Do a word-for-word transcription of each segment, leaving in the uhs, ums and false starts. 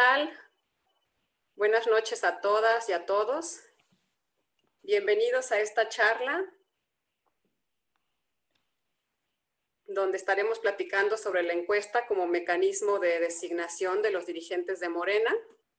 tal? Buenas noches a todas y a todos. Bienvenidos a esta charla, donde estaremos platicando sobre la encuesta como mecanismo de designación de los dirigentes de Morena.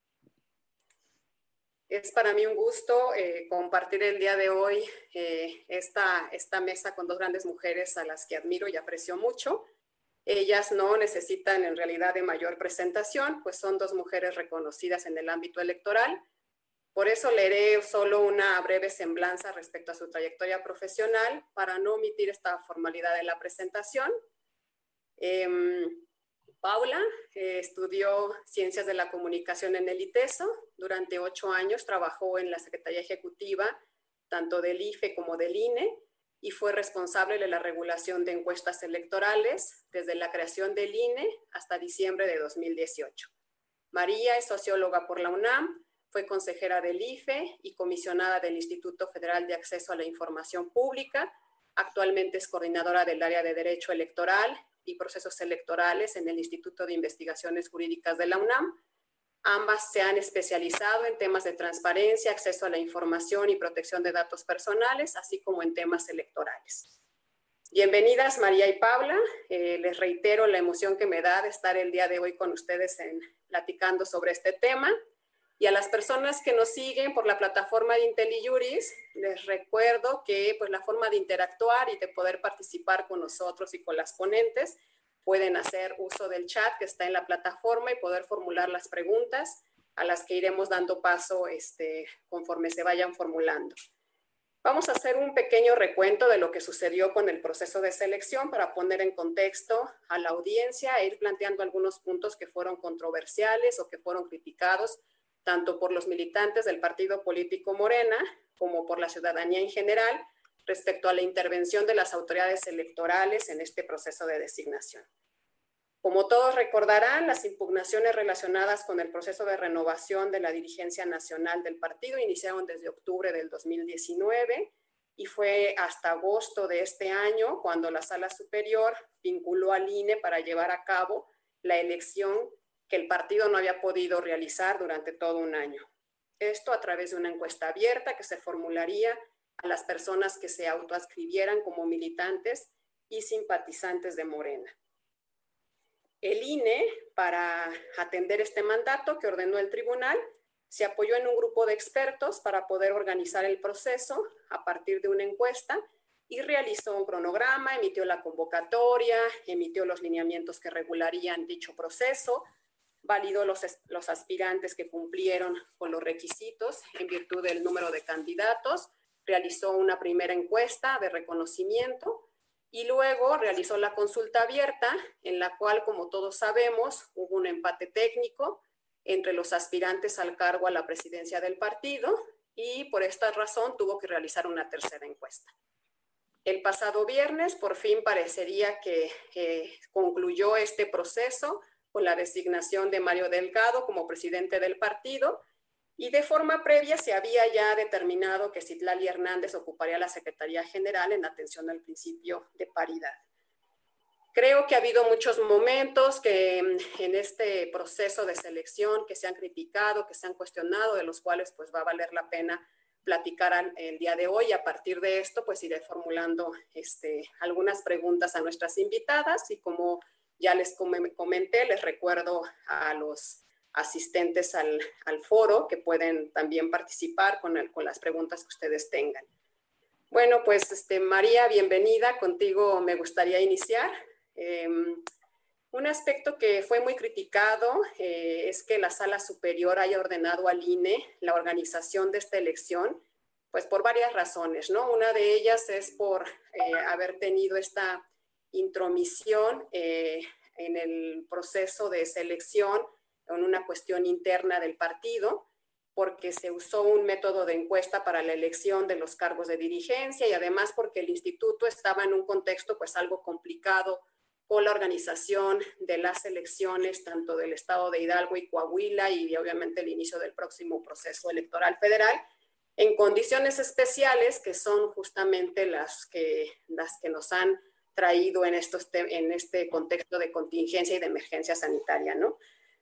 Es para mí un gusto eh, compartir el día de hoy eh, esta, esta mesa con dos grandes mujeres a las que admiro y aprecio mucho. Ellas no necesitan en realidad de mayor presentación, pues son dos mujeres reconocidas en el ámbito electoral. Por eso leeré solo una breve semblanza respecto a su trayectoria profesional para no omitir esta formalidad de la presentación. Eh, Paula eh, estudió Ciencias de la Comunicación en el ITESO. Durante ocho años trabajó en la Secretaría Ejecutiva, tanto del I F E como del I N E, y fue responsable de la regulación de encuestas electorales desde la creación del I N E hasta diciembre de dos mil dieciocho. María es socióloga por la UNAM, fue consejera del I F E y comisionada del Instituto Federal de Acceso a la Información Pública. Actualmente es coordinadora del área de Derecho Electoral y Procesos Electorales en el Instituto de Investigaciones Jurídicas de la UNAM. Ambas se han especializado en temas de transparencia, acceso a la información y protección de datos personales, así como en temas electorales. Bienvenidas María y Paula. Eh, les reitero la emoción que me da de estar el día de hoy con ustedes en, platicando sobre este tema. Y a las personas que nos siguen por la plataforma de IntelliJuris, les recuerdo que pues, la forma de interactuar y de poder participar con nosotros y con las ponentes, pueden hacer uso del chat que está en la plataforma y poder formular las preguntas a las que iremos dando paso este, conforme se vayan formulando. Vamos a hacer un pequeño recuento de lo que sucedió con el proceso de selección para poner en contexto a la audiencia e ir planteando algunos puntos que fueron controversiales o que fueron criticados tanto por los militantes del partido político Morena como por la ciudadanía en general respecto a la intervención de las autoridades electorales en este proceso de designación. Como todos recordarán, las impugnaciones relacionadas con el proceso de renovación de la dirigencia nacional del partido iniciaron desde octubre del dos mil diecinueve y fue hasta agosto de este año cuando la Sala Superior vinculó al I N E para llevar a cabo la elección que el partido no había podido realizar durante todo un año. Esto a través de una encuesta abierta que se formularía a las personas que se autoadscribieran como militantes y simpatizantes de Morena. El I N E, para atender este mandato que ordenó el tribunal, se apoyó en un grupo de expertos para poder organizar el proceso a partir de una encuesta y realizó un cronograma, emitió la convocatoria, emitió los lineamientos que regularían dicho proceso, validó los, los aspirantes que cumplieron con los requisitos en virtud del número de candidatos, realizó una primera encuesta de reconocimiento y luego realizó la consulta abierta en la cual, como todos sabemos, hubo un empate técnico entre los aspirantes al cargo a la presidencia del partido y por esta razón tuvo que realizar una tercera encuesta. El pasado viernes por fin parecería que eh, concluyó este proceso con la designación de Mario Delgado como presidente del partido y de forma previa se había ya determinado que Citlali Hernández ocuparía la Secretaría General en atención al principio de paridad. Creo que ha habido muchos momentos que en este proceso de selección que se han criticado, que se han cuestionado, de los cuales pues va a valer la pena platicar el día de hoy. A partir de esto pues iré formulando este, algunas preguntas a nuestras invitadas y como ya les comenté, les recuerdo a los asistentes al, al foro que pueden también participar con, el, con las preguntas que ustedes tengan. Bueno, pues este, María, bienvenida. Contigo me gustaría iniciar. Eh, un aspecto que fue muy criticado eh, es que la Sala Superior haya ordenado al I N E la organización de esta elección, pues por varias razones, ¿no? Una de ellas es por eh, haber tenido esta intromisión eh, en el proceso de selección en una cuestión interna del partido, porque se usó un método de encuesta para la elección de los cargos de dirigencia y además porque el instituto estaba en un contexto pues algo complicado con la organización de las elecciones tanto del estado de Hidalgo y Coahuila y obviamente el inicio del próximo proceso electoral federal en condiciones especiales que son justamente las que, las que nos han traído en, estos en este contexto de contingencia y de emergencia sanitaria, ¿no?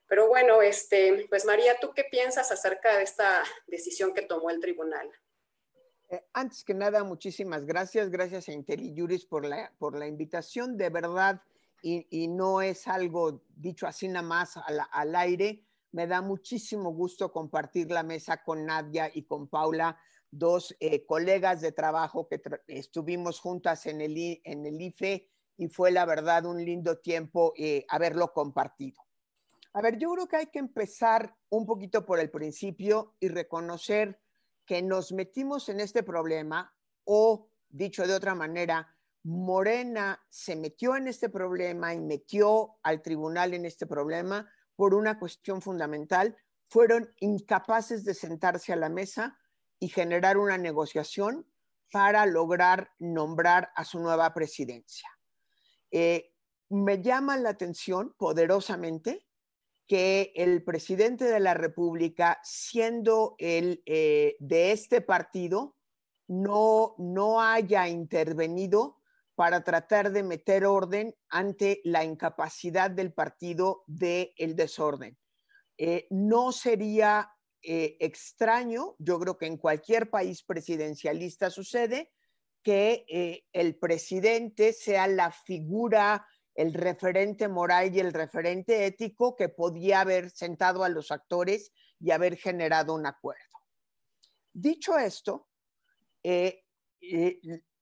Pero bueno, este, pues María, ¿tú qué piensas acerca de esta decisión que tomó el tribunal? Eh, antes que nada, muchísimas gracias. Gracias a IntelliJuris por la, por la invitación. De verdad, y, y no es algo dicho así nada más al, al aire. Me da muchísimo gusto compartir la mesa con Nadia y con Paula, dos eh, colegas de trabajo que tra estuvimos juntas en el, en el I F E y fue la verdad un lindo tiempo eh, haberlo compartido. A ver, yo creo que hay que empezar un poquito por el principio y reconocer que nos metimos en este problema, o dicho de otra manera, Morena se metió en este problema y metió al tribunal en este problema por una cuestión fundamental. Fueron incapaces de sentarse a la mesa y generar una negociación para lograr nombrar a su nueva presidencia. Eh, me llama la atención poderosamente que el presidente de la República, siendo el eh, de este partido, no, no haya intervenido para tratar de meter orden ante la incapacidad del partido del desorden. Eh, no sería eh, extraño, yo creo que en cualquier país presidencialista sucede, que eh, el presidente sea la figura, el referente moral y el referente ético que podía haber sentado a los actores y haber generado un acuerdo. Dicho esto, eh, eh,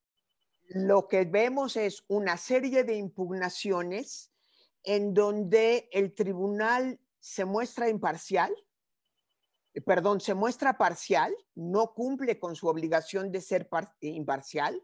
lo que vemos es una serie de impugnaciones en donde el tribunal se muestra imparcial, perdón, se muestra parcial, no cumple con su obligación de ser imparcial,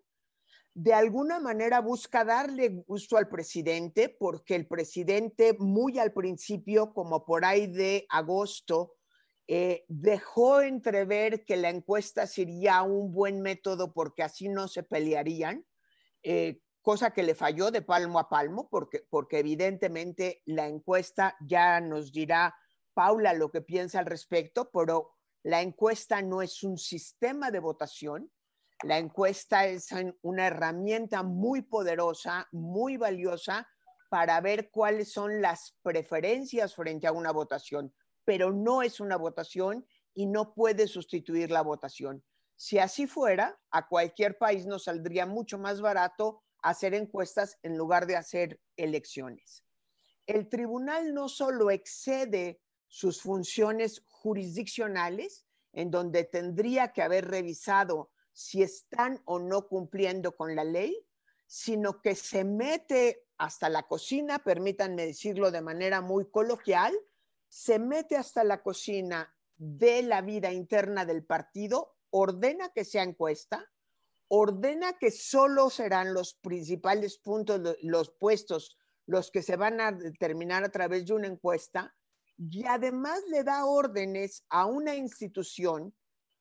de alguna manera busca darle gusto al presidente, porque el presidente muy al principio, como por ahí de agosto, eh, dejó entrever que la encuesta sería un buen método porque así no se pelearían, eh, cosa que le falló de palmo a palmo, porque, porque evidentemente la encuesta ya nos dirá Paula lo que piensa al respecto, pero la encuesta no es un sistema de votación. La encuesta es una herramienta muy poderosa, muy valiosa para ver cuáles son las preferencias frente a una votación, pero no es una votación y no puede sustituir la votación. Si así fuera, a cualquier país nos saldría mucho más barato hacer encuestas en lugar de hacer elecciones. El tribunal no solo excede sus funciones jurisdiccionales, en donde tendría que haber revisado si están o no cumpliendo con la ley, sino que se mete hasta la cocina, permítanme decirlo de manera muy coloquial, se mete hasta la cocina de la vida interna del partido, ordena que sea encuesta, ordena que solo serán los principales puntos, los puestos, los que se van a determinar a través de una encuesta, y además le da órdenes a una institución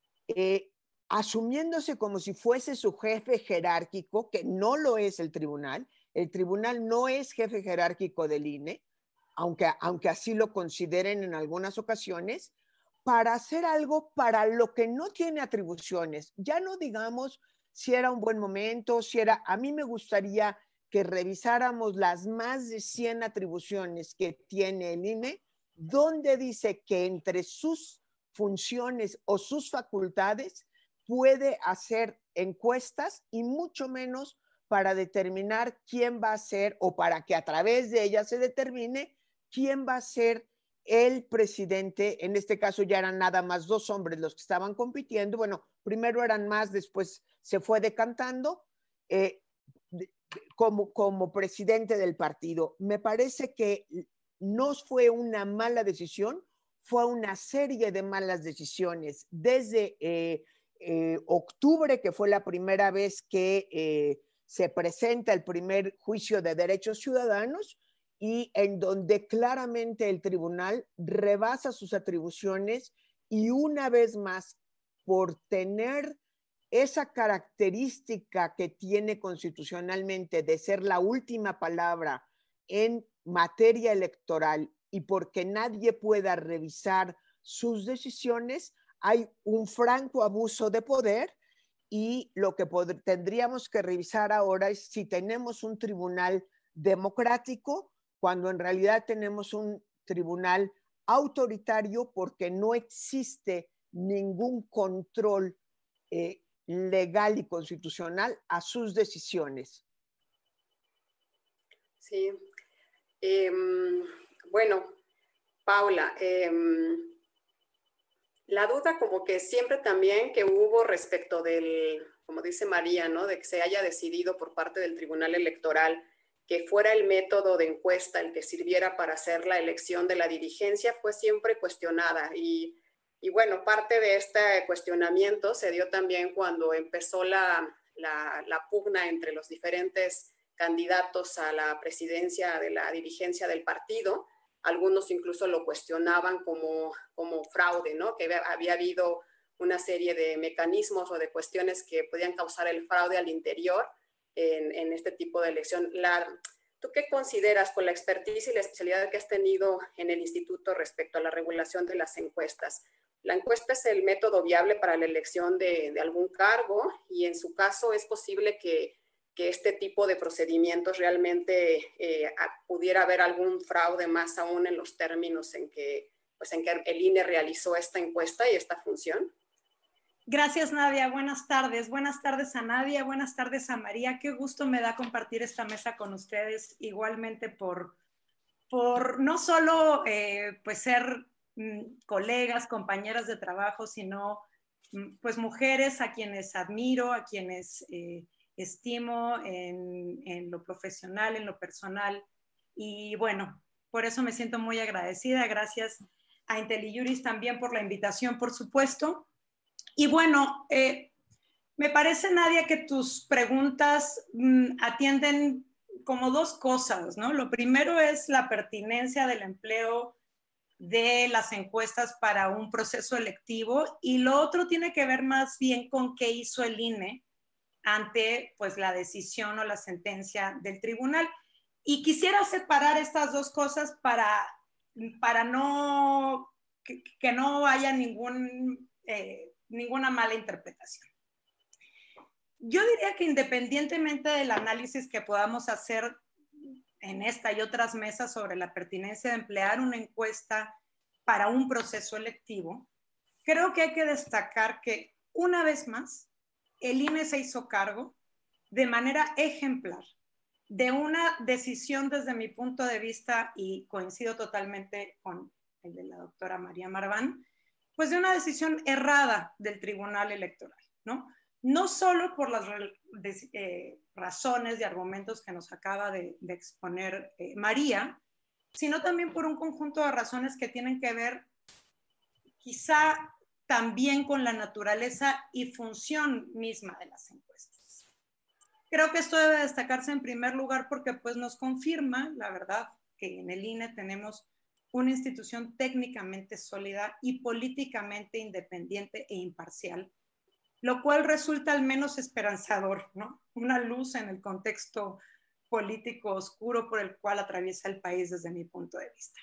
eh, asumiéndose como si fuese su jefe jerárquico, que no lo es el tribunal. El tribunal no es jefe jerárquico del I N E, aunque, aunque así lo consideren en algunas ocasiones, para hacer algo para lo que no tiene atribuciones. Ya no digamos si era un buen momento, si era... A mí me gustaría que revisáramos las más de cien atribuciones que tiene el I N E, donde dice que entre sus funciones o sus facultades puede hacer encuestas y mucho menos para determinar quién va a ser o para que a través de ella se determine quién va a ser el presidente. En este caso ya eran nada más dos hombres los que estaban compitiendo. Bueno, primero eran más, después se fue decantando eh, como, como presidente del partido. Me parece que no fue una mala decisión, fue una serie de malas decisiones. Desde eh, eh, octubre, que fue la primera vez que eh, se presenta el primer juicio de derechos ciudadanos, y en donde claramente el tribunal rebasa sus atribuciones y una vez más, por tener esa característica que tiene constitucionalmente de ser la última palabra en materia electoral y porque nadie pueda revisar sus decisiones, hay un franco abuso de poder. Y lo que tendríamos que revisar ahora es si tenemos un tribunal democrático cuando en realidad tenemos un tribunal autoritario porque no existe ningún control eh, legal y constitucional a sus decisiones. Sí. Eh, bueno, Paula, eh, la duda como que siempre también que hubo respecto del, como dice María, ¿no? De que se haya decidido por parte del Tribunal Electoral que fuera el método de encuesta el que sirviera para hacer la elección de la dirigencia fue siempre cuestionada. Y, y bueno, parte de este cuestionamiento se dio también cuando empezó la, la, la pugna entre los diferentes candidatos a la presidencia de la dirigencia del partido. Algunos incluso lo cuestionaban como, como fraude, ¿no? Que había, había habido una serie de mecanismos o de cuestiones que podían causar el fraude al interior en, en este tipo de elección. La, ¿Tú qué consideras con la expertise y la especialidad que has tenido en el instituto respecto a la regulación de las encuestas? La encuesta es el método viable para la elección de, de algún cargo y en su caso es posible que que este tipo de procedimientos realmente eh, pudiera haber algún fraude más aún en los términos en que, pues en que el I N E realizó esta encuesta y esta función. Gracias, Nadia. Buenas tardes. Buenas tardes a Nadia. Buenas tardes a María. Qué gusto me da compartir esta mesa con ustedes, igualmente por, por no solo eh, pues ser mm, colegas, compañeras de trabajo, sino mm, pues mujeres a quienes admiro, a quienes eh, estimo en, en lo profesional, en lo personal. Y bueno, por eso me siento muy agradecida. Gracias a IntelliJuris también por la invitación, por supuesto. Y bueno, eh, me parece, Nadia, que tus preguntas mmm, atienden como dos cosas, ¿no? Lo primero es la pertinencia del empleo de las encuestas para un proceso electivo y lo otro tiene que ver más bien con qué hizo el I N E ante pues, la decisión o la sentencia del tribunal. Y quisiera separar estas dos cosas para, para no, que, que no haya ningún, eh, ninguna mala interpretación. Yo diría que independientemente del análisis que podamos hacer en esta y otras mesas sobre la pertinencia de emplear una encuesta para un proceso electivo, creo que hay que destacar que una vez más el I N E se hizo cargo de manera ejemplar de una decisión desde mi punto de vista, y coincido totalmente con el de la doctora María Marván, pues de una decisión errada del Tribunal Electoral, ¿no? No solo por las eh, razones y argumentos que nos acaba de, de exponer eh, María, sino también por un conjunto de razones que tienen que ver quizá también con la naturaleza y función misma de las encuestas. Creo que esto debe destacarse en primer lugar porque pues, nos confirma, la verdad, que en el I N E tenemos una institución técnicamente sólida y políticamente independiente e imparcial, lo cual resulta al menos esperanzador, ¿no? Una luz en el contexto político oscuro por el cual atraviesa el país desde mi punto de vista.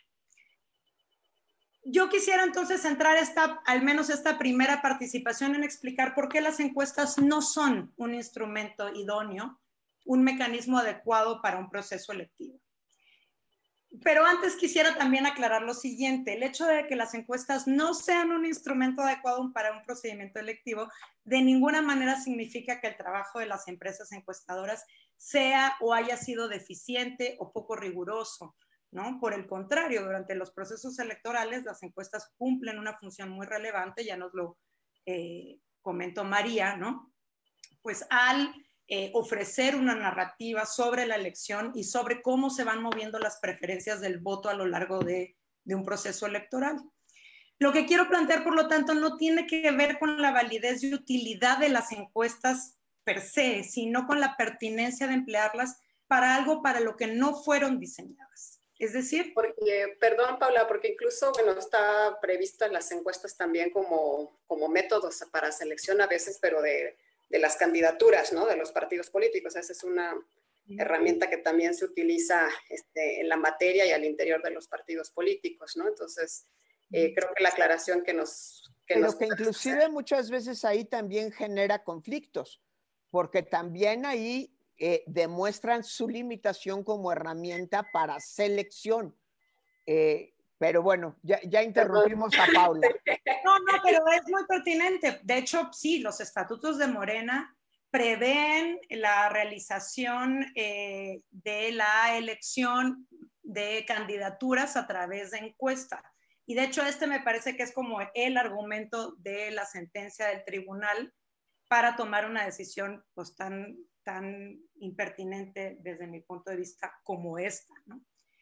Yo quisiera entonces centrar esta, al menos esta primera participación en explicar por qué las encuestas no son un instrumento idóneo, un mecanismo adecuado para un proceso electivo. Pero antes quisiera también aclarar lo siguiente. El hecho de que las encuestas no sean un instrumento adecuado para un procedimiento electivo de ninguna manera significa que el trabajo de las empresas encuestadoras sea o haya sido deficiente o poco riguroso, ¿no? Por el contrario, durante los procesos electorales las encuestas cumplen una función muy relevante, ya nos lo eh, comentó María, ¿no? Pues al eh, ofrecer una narrativa sobre la elección y sobre cómo se van moviendo las preferencias del voto a lo largo de, de un proceso electoral. Lo que quiero plantear, por lo tanto, no tiene que ver con la validez y utilidad de las encuestas per se, sino con la pertinencia de emplearlas para algo para lo que no fueron diseñadas. Es decir... Porque, perdón, Paula, porque incluso, bueno, está previsto en las encuestas también como, como métodos para selección a veces, pero de, de las candidaturas, ¿no? De los partidos políticos. Esa es una herramienta que también se utiliza este, en la materia y al interior de los partidos políticos, ¿no? Entonces, eh, creo que la aclaración que nos... Que pero nos que inclusive hacer. Muchas veces ahí también genera conflictos, porque también ahí... Eh, demuestran su limitación como herramienta para selección. Eh, Pero bueno, ya, ya interrumpimos a Paula. No, no, pero es muy pertinente. De hecho, sí, los estatutos de Morena prevén la realización eh, de la elección de candidaturas a través de encuesta. Y de hecho, este me parece que es como el argumento de la sentencia del tribunal para tomar una decisión pues tan, tan impertinente desde mi punto de vista como esta, ¿no?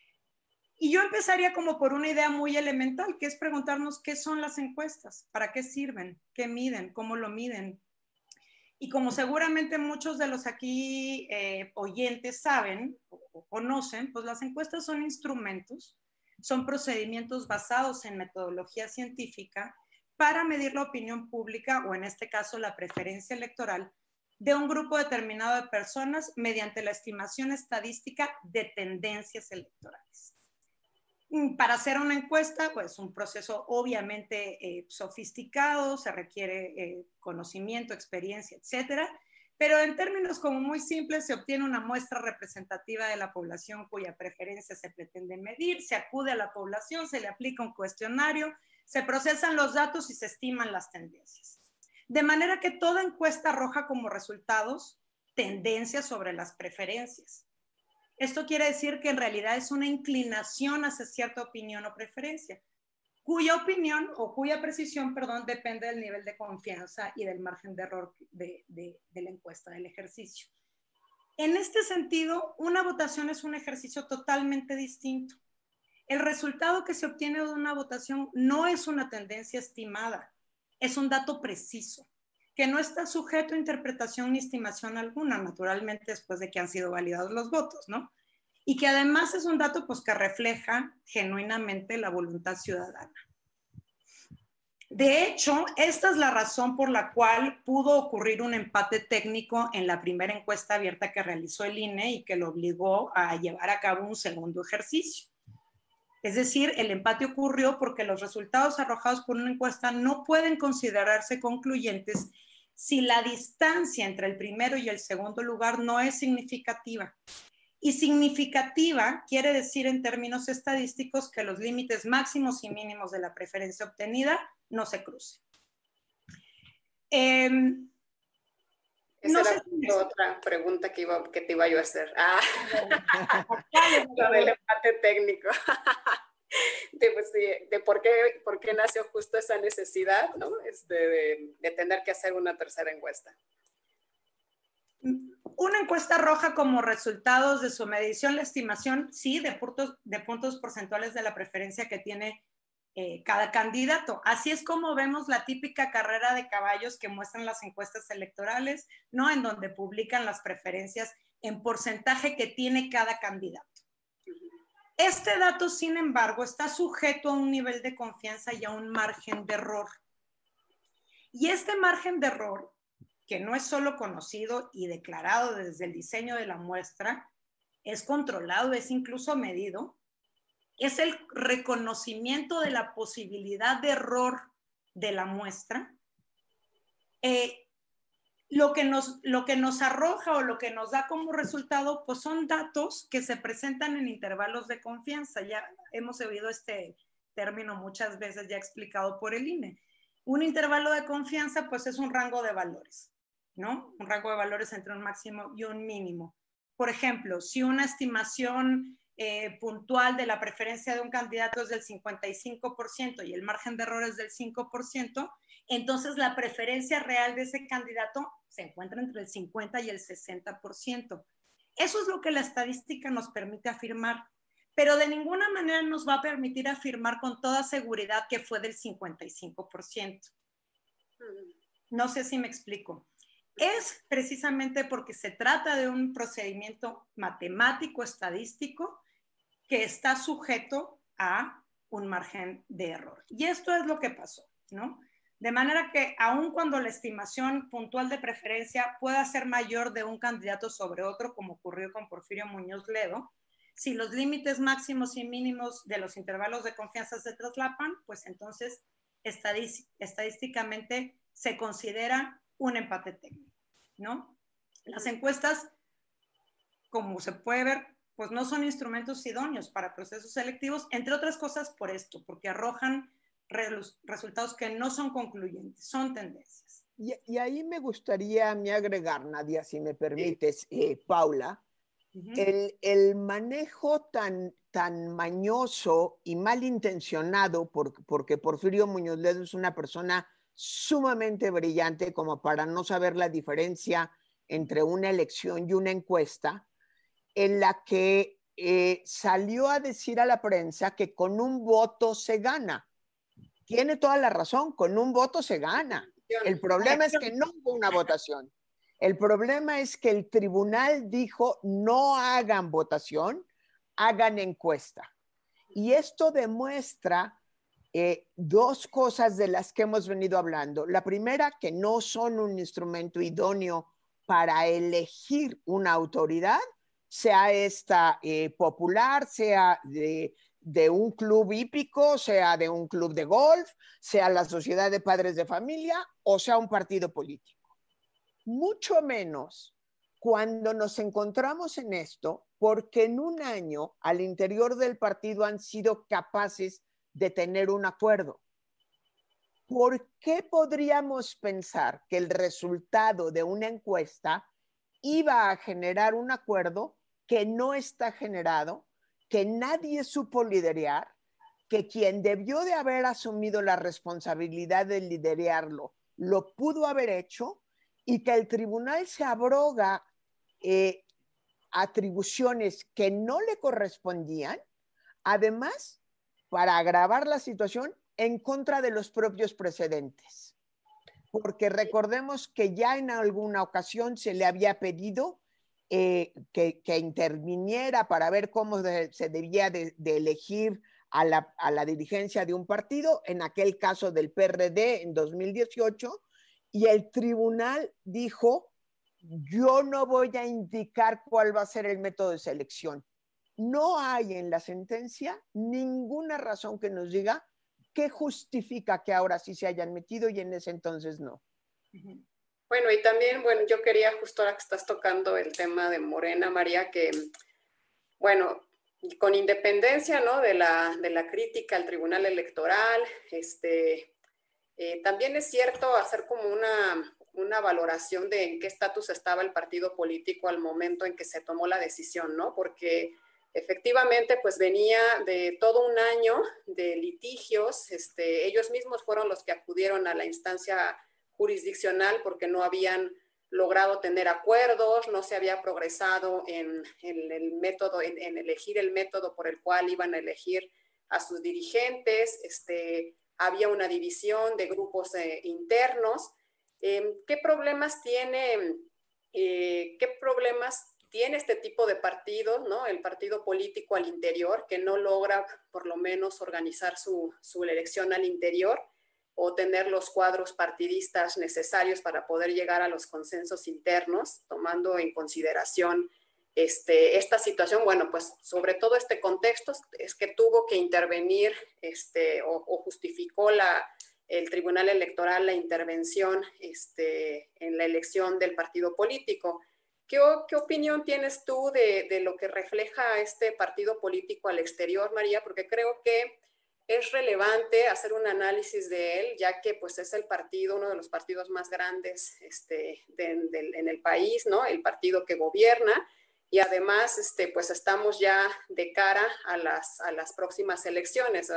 Y yo empezaría como por una idea muy elemental, que es preguntarnos qué son las encuestas, para qué sirven, qué miden, cómo lo miden. Y como seguramente muchos de los aquí eh, oyentes saben o, o conocen, pues las encuestas son instrumentos, son procedimientos basados en metodología científica para medir la opinión pública o en este caso la preferencia electoral de un grupo determinado de personas mediante la estimación estadística de tendencias electorales. Para hacer una encuesta, pues un proceso obviamente eh, sofisticado, se requiere eh, conocimiento, experiencia, etcétera, pero en términos como muy simples se obtiene una muestra representativa de la población cuya preferencia se pretende medir, se acude a la población, se le aplica un cuestionario, se procesan los datos y se estiman las tendencias. De manera que toda encuesta arroja como resultados tendencias sobre las preferencias. Esto quiere decir que en realidad es una inclinación hacia cierta opinión o preferencia, cuya opinión o cuya precisión, perdón, depende del nivel de confianza y del margen de error de, de, de la encuesta, del ejercicio. En este sentido, una votación es un ejercicio totalmente distinto. El resultado que se obtiene de una votación no es una tendencia estimada, es un dato preciso, que no está sujeto a interpretación ni estimación alguna, naturalmente después de que han sido validados los votos, ¿no? Y que además es un dato pues, que refleja genuinamente la voluntad ciudadana. De hecho, esta es la razón por la cual pudo ocurrir un empate técnico en la primera encuesta abierta que realizó el I N E y que lo obligó a llevar a cabo un segundo ejercicio. Es decir, el empate ocurrió porque los resultados arrojados por una encuesta no pueden considerarse concluyentes si la distancia entre el primero y el segundo lugar no es significativa. Y significativa quiere decir en términos estadísticos que los límites máximos y mínimos de la preferencia obtenida no se crucen. Eh, Esa no era si otra pregunta que, iba, que te iba yo a hacer. Ah, lo del empate técnico. De, pues, de, de por, qué, por qué nació justo esa necesidad, ¿no? Este, de, de tener que hacer una tercera encuesta. Una encuesta arroja como resultados de su medición la estimación, sí, de puntos, de puntos porcentuales de la preferencia que tiene eh, cada candidato. Así es como vemos la típica carrera de caballos que muestran las encuestas electorales, ¿no? En donde publican las preferencias en porcentaje que tiene cada candidato. Este dato, sin embargo, está sujeto a un nivel de confianza y a un margen de error. Y este margen de error, que no es solo conocido y declarado desde el diseño de la muestra, es controlado, es incluso medido, es el reconocimiento de la posibilidad de error de la muestra. Eh, Lo que, nos, lo que nos arroja o lo que nos da como resultado, pues son datos que se presentan en intervalos de confianza. Ya hemos oído este término muchas veces ya explicado por el I N E. Un intervalo de confianza, pues es un rango de valores, ¿no? Un rango de valores entre un máximo y un mínimo. Por ejemplo, si una estimación eh, puntual de la preferencia de un candidato es del cincuenta y cinco por ciento y el margen de error es del cinco por ciento, entonces la preferencia real de ese candidato se encuentra entre el cincuenta y el sesenta por ciento. Eso es lo que la estadística nos permite afirmar, pero de ninguna manera nos va a permitir afirmar con toda seguridad que fue del cincuenta y cinco por ciento. No sé si me explico. Es precisamente porque se trata de un procedimiento matemático estadístico que está sujeto a un margen de error. Y esto es lo que pasó, ¿no? De manera que aun cuando la estimación puntual de preferencia pueda ser mayor de un candidato sobre otro, como ocurrió con Porfirio Muñoz Ledo, si los límites máximos y mínimos de los intervalos de confianza se traslapan, pues entonces estadísticamente se considera un empate técnico, ¿no? Las encuestas, como se puede ver, pues no son instrumentos idóneos para procesos selectivos, entre otras cosas por esto, porque arrojan re resultados que no son concluyentes, son tendencias. Y, y ahí me gustaría a mí agregar, Nadia, si me permites, eh, Paula, uh-huh. el, el manejo tan, tan mañoso y malintencionado, por, porque Porfirio Muñoz Ledo es una persona sumamente brillante como para no saber la diferencia entre una elección y una encuesta, en la que eh, salió a decir a la prensa que con un voto se gana. Tiene toda la razón, con un voto se gana. El problema es que no hubo una votación. El problema es que el tribunal dijo no hagan votación, hagan encuesta. Y esto demuestra eh, dos cosas de las que hemos venido hablando. La primera, que no son un instrumento idóneo para elegir una autoridad, sea esta eh, popular, sea de, de un club hípico, sea de un club de golf, sea la sociedad de padres de familia o sea un partido político. Mucho menos cuando nos encontramos en esto, porque en un año al interior del partido han sido capaces de tener un acuerdo. ¿Por qué podríamos pensar que el resultado de una encuesta iba a generar un acuerdo que no está generado, que nadie supo liderar, que quien debió de haber asumido la responsabilidad de liderarlo lo pudo haber hecho y que el tribunal se abroga eh, atribuciones que no le correspondían, además, para agravar la situación, en contra de los propios precedentes? Porque recordemos que ya en alguna ocasión se le había pedido eh, que, que interviniera para ver cómo de, se debía de, de elegir a la, a la dirigencia de un partido, en aquel caso del P R D en dos mil dieciocho, y el tribunal dijo, yo no voy a indicar cuál va a ser el método de selección. No hay en la sentencia ninguna razón que nos diga qué justifica que ahora sí se hayan metido y en ese entonces no. Bueno, y también, bueno, yo quería justo ahora que estás tocando el tema de Morena, María, que, bueno, con independencia, ¿no?, de la, de la crítica al Tribunal Electoral, este, eh, también es cierto hacer como una, una valoración de en qué estatus estaba el partido político al momento en que se tomó la decisión, ¿no? Porque efectivamente, pues venía de todo un año de litigios, este, ellos mismos fueron los que acudieron a la instancia jurisdiccional porque no habían logrado tener acuerdos, no se había progresado en, en el método, en, en elegir el método por el cual iban a elegir a sus dirigentes, este, había una división de grupos eh, internos. Eh, ¿Qué problemas tiene, eh, qué problemas tiene este tipo de partidos, ¿no? El partido político al interior, que no logra por lo menos organizar su, su elección al interior o tener los cuadros partidistas necesarios para poder llegar a los consensos internos, tomando en consideración este, esta situación? Bueno, pues sobre todo este contexto es que tuvo que intervenir este, o, o justificó la, el Tribunal Electoral la intervención este, en la elección del partido político. ¿Qué, ¿Qué opinión tienes tú de, de lo que refleja este partido político al exterior, María? Porque creo que es relevante hacer un análisis de él, ya que pues, es el partido, uno de los partidos más grandes este, de, de, en el país, ¿no? El partido que gobierna, y además este, pues, estamos ya de cara a las, a las próximas elecciones.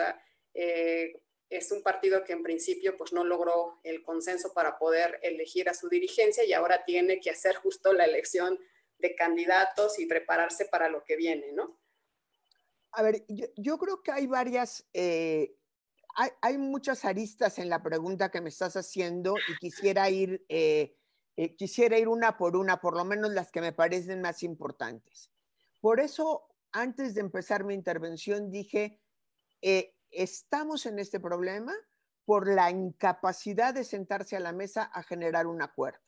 Eh, es un partido que en principio pues, no logró el consenso para poder elegir a su dirigencia y ahora tiene que hacer justo la elección de candidatos y prepararse para lo que viene, ¿no? A ver, yo, yo creo que hay varias, eh, hay, hay muchas aristas en la pregunta que me estás haciendo y quisiera ir, eh, eh, quisiera ir una por una, por lo menos las que me parecen más importantes. Por eso, antes de empezar mi intervención, dije, eh, estamos en este problema por la incapacidad de sentarse a la mesa a generar un acuerdo.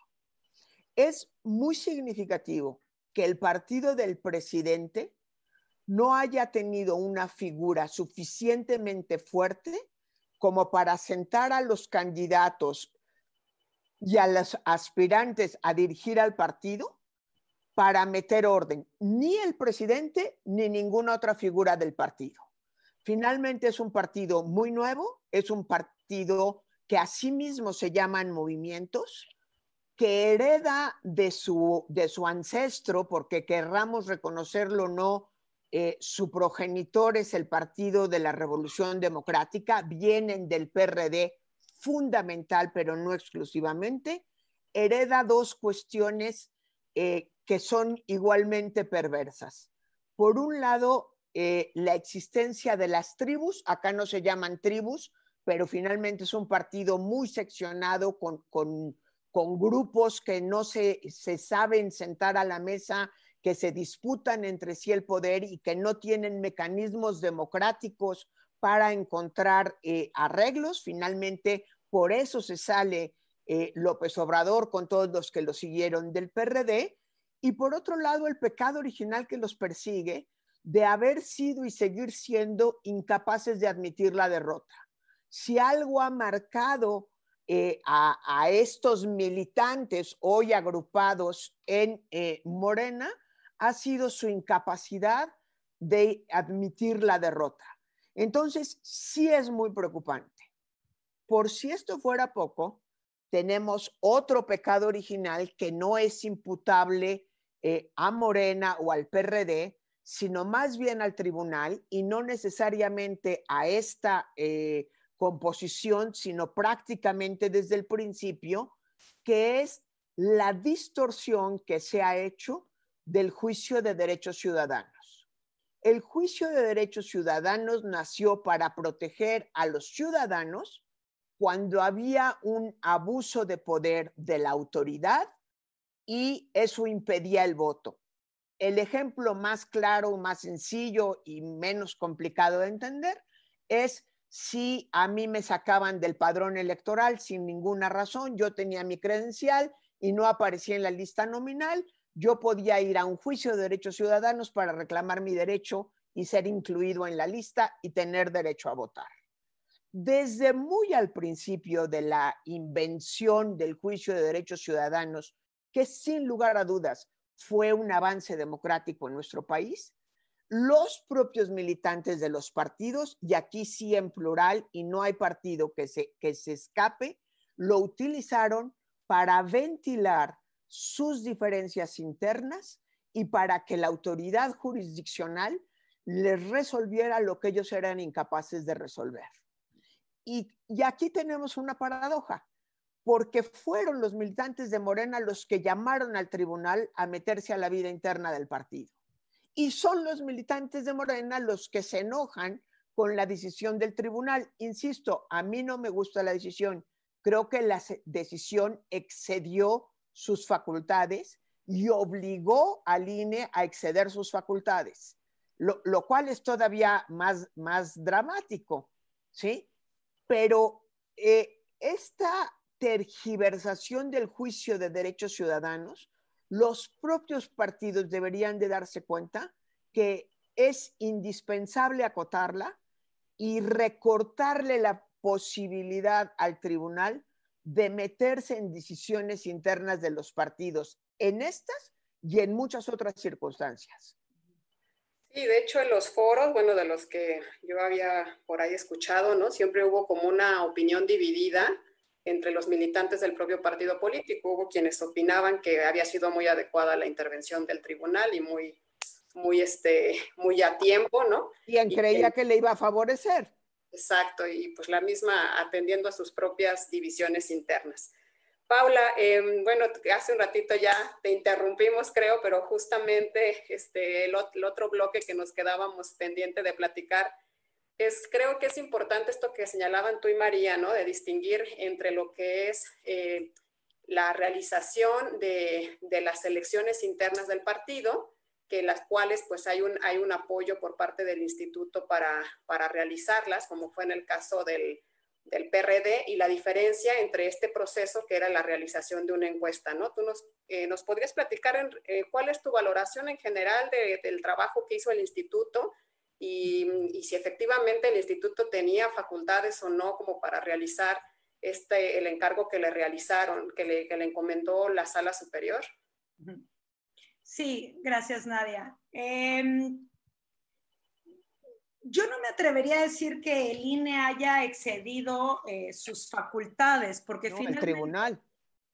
Es muy significativo que el partido del presidente no haya tenido una figura suficientemente fuerte como para sentar a los candidatos y a los aspirantes a dirigir al partido para meter orden, ni el presidente ni ninguna otra figura del partido. Finalmente es un partido muy nuevo, es un partido que asimismo se llaman movimientos, que hereda de su, de su ancestro, porque querramos reconocerlo o no, eh, su progenitor es el Partido de la Revolución Democrática, vienen del P R D fundamental, pero no exclusivamente, hereda dos cuestiones eh, que son igualmente perversas. Por un lado, eh, la existencia de las tribus, acá no se llaman tribus, pero finalmente es un partido muy seccionado con, con, con grupos que no se, se saben sentar a la mesa, que se disputan entre sí el poder y que no tienen mecanismos democráticos para encontrar eh, arreglos. Finalmente, por eso se sale eh, López Obrador con todos los que lo siguieron del P R D. Y por otro lado, el pecado original que los persigue de haber sido y seguir siendo incapaces de admitir la derrota. Si algo ha marcado eh, a, a estos militantes hoy agrupados en eh, Morena, ha sido su incapacidad de admitir la derrota. Entonces, sí es muy preocupante. Por si esto fuera poco, tenemos otro pecado original que no es imputable eh, a Morena o al P R D, sino más bien al tribunal y no necesariamente a esta eh, composición, sino prácticamente desde el principio, que es la distorsión que se ha hecho del juicio de derechos ciudadanos. El juicio de derechos ciudadanos nació para proteger a los ciudadanos cuando había un abuso de poder de la autoridad y eso impedía el voto. El ejemplo más claro, más sencillo y menos complicado de entender es si a mí me sacaban del padrón electoral sin ninguna razón, yo tenía mi credencial y no aparecía en la lista nominal, yo podía ir a un juicio de derechos ciudadanos para reclamar mi derecho y ser incluido en la lista y tener derecho a votar. Desde muy al principio de la invención del juicio de derechos ciudadanos, que sin lugar a dudas fue un avance democrático en nuestro país, los propios militantes de los partidos, y aquí sí en plural y no hay partido que se, que se escape, lo utilizaron para ventilar sus diferencias internas y para que la autoridad jurisdiccional les resolviera lo que ellos eran incapaces de resolver. Y, y aquí tenemos una paradoja, porque fueron los militantes de Morena los que llamaron al tribunal a meterse a la vida interna del partido. Y son los militantes de Morena los que se enojan con la decisión del tribunal. Insisto, a mí no me gusta la decisión. Creo que la decisión excedió sus facultades y obligó al I N E a exceder sus facultades, lo, lo cual es todavía más, más dramático, ¿sí? Pero eh, esta tergiversación del juicio de derechos ciudadanos, los propios partidos deberían de darse cuenta que es indispensable acotarla y recortarle la posibilidad al tribunal de meterse en decisiones internas de los partidos, en estas y en muchas otras circunstancias. Sí, de hecho en los foros, bueno, de los que yo había por ahí escuchado, ¿no? Siempre hubo como una opinión dividida entre los militantes del propio partido político. Hubo quienes opinaban que había sido muy adecuada la intervención del tribunal y muy, muy, este, muy a tiempo, ¿no? Quien y creía que, que le iba a favorecer. Exacto, y pues la misma atendiendo a sus propias divisiones internas. Paula, eh, bueno, hace un ratito ya te interrumpimos, creo, pero justamente este, el, el otro bloque que nos quedábamos pendiente de platicar es, creo que es importante esto que señalaban tú y María, ¿no? De distinguir entre lo que es eh, la realización de, de las elecciones internas del partido, que en las cuales pues hay un, hay un apoyo por parte del instituto para, para realizarlas, como fue en el caso del del P R D, y la diferencia entre este proceso que era la realización de una encuesta, ¿no? ¿Tú nos, eh, nos podrías platicar en, eh, cuál es tu valoración en general de, del trabajo que hizo el instituto y, y si efectivamente el instituto tenía facultades o no como para realizar este, el encargo que le realizaron, que le, que le encomendó la sala superior? Sí, gracias, Nadia. Eh, yo no me atrevería a decir que el I N E haya excedido eh, sus facultades, porque No, finalmente... el tribunal.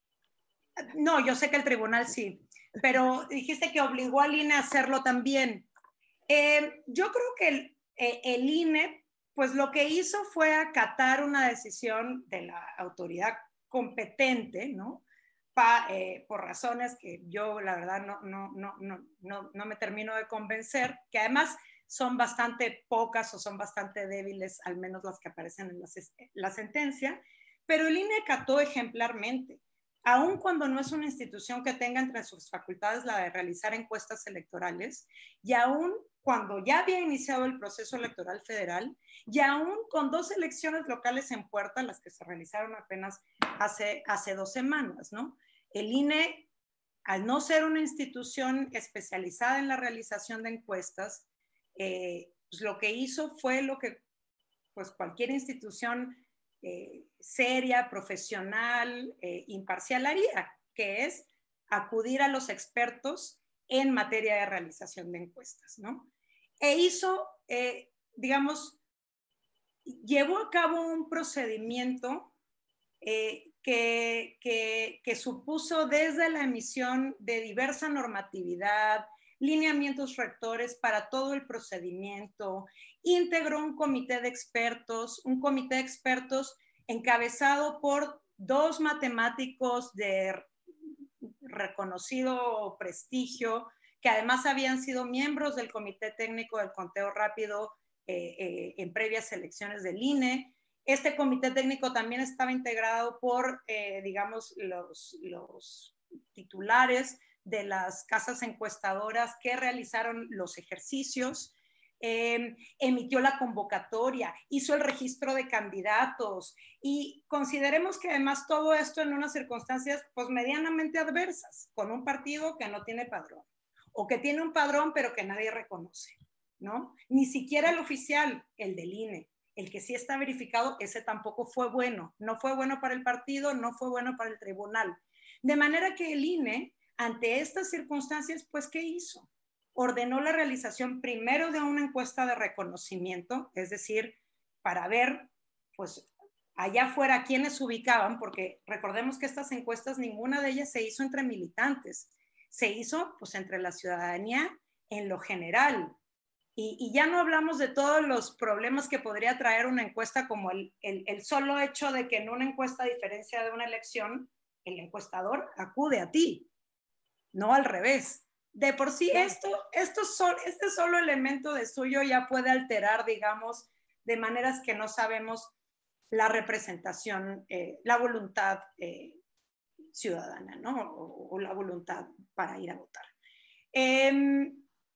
No, yo sé que el tribunal sí, pero dijiste que obligó al I N E a hacerlo también. Eh, yo creo que el, eh, el I N E, pues lo que hizo fue acatar una decisión de la autoridad competente, ¿no? Pa, eh, por razones que yo, la verdad, no, no, no, no, no, no me termino de convencer, que además son bastante pocas o son bastante débiles, al menos las que aparecen en la, la sentencia, pero el I N E acató ejemplarmente. Aun cuando no es una institución que tenga entre sus facultades la de realizar encuestas electorales, y aun cuando ya había iniciado el proceso electoral federal, y aún con dos elecciones locales en puerta, las que se realizaron apenas hace, hace dos semanas, ¿no? El I N E, al no ser una institución especializada en la realización de encuestas, eh, pues lo que hizo fue lo que pues cualquier institución eh, seria, profesional, eh, imparcial haría, que es acudir a los expertos en materia de realización de encuestas, ¿no? E hizo, eh, digamos, llevó a cabo un procedimiento eh, que, que, que supuso desde la emisión de diversa normatividad, lineamientos rectores para todo el procedimiento, integró un comité de expertos, un comité de expertos encabezado por dos matemáticos de reconocido prestigio, que además habían sido miembros del Comité Técnico del Conteo Rápido eh, eh, en previas elecciones del I N E. Este comité técnico también estaba integrado por, eh, digamos, los, los titulares de las casas encuestadoras que realizaron los ejercicios. Eh, emitió la convocatoria, hizo el registro de candidatos y consideremos que además todo esto en unas circunstancias pues medianamente adversas, con un partido que no tiene padrón o que tiene un padrón pero que nadie reconoce, ¿no? Ni siquiera el oficial, el del I N E, el que sí está verificado, ese tampoco fue bueno, no fue bueno para el partido, no fue bueno para el tribunal. De manera que el I N E, ante estas circunstancias, pues, ¿qué hizo? Ordenó la realización primero de una encuesta de reconocimiento, es decir, para ver, pues, allá afuera quiénes se ubicaban, porque recordemos que estas encuestas, ninguna de ellas se hizo entre militantes, se hizo, pues, entre la ciudadanía en lo general. Y, y ya no hablamos de todos los problemas que podría traer una encuesta, como el, el, el solo hecho de que en una encuesta, a diferencia de una elección, el encuestador acude a ti, no al revés. De por sí, esto, esto sol, este solo elemento de suyo ya puede alterar, digamos, de maneras que no sabemos la representación, eh, la voluntad eh, ciudadana, ¿no? O, o la voluntad para ir a votar. Eh,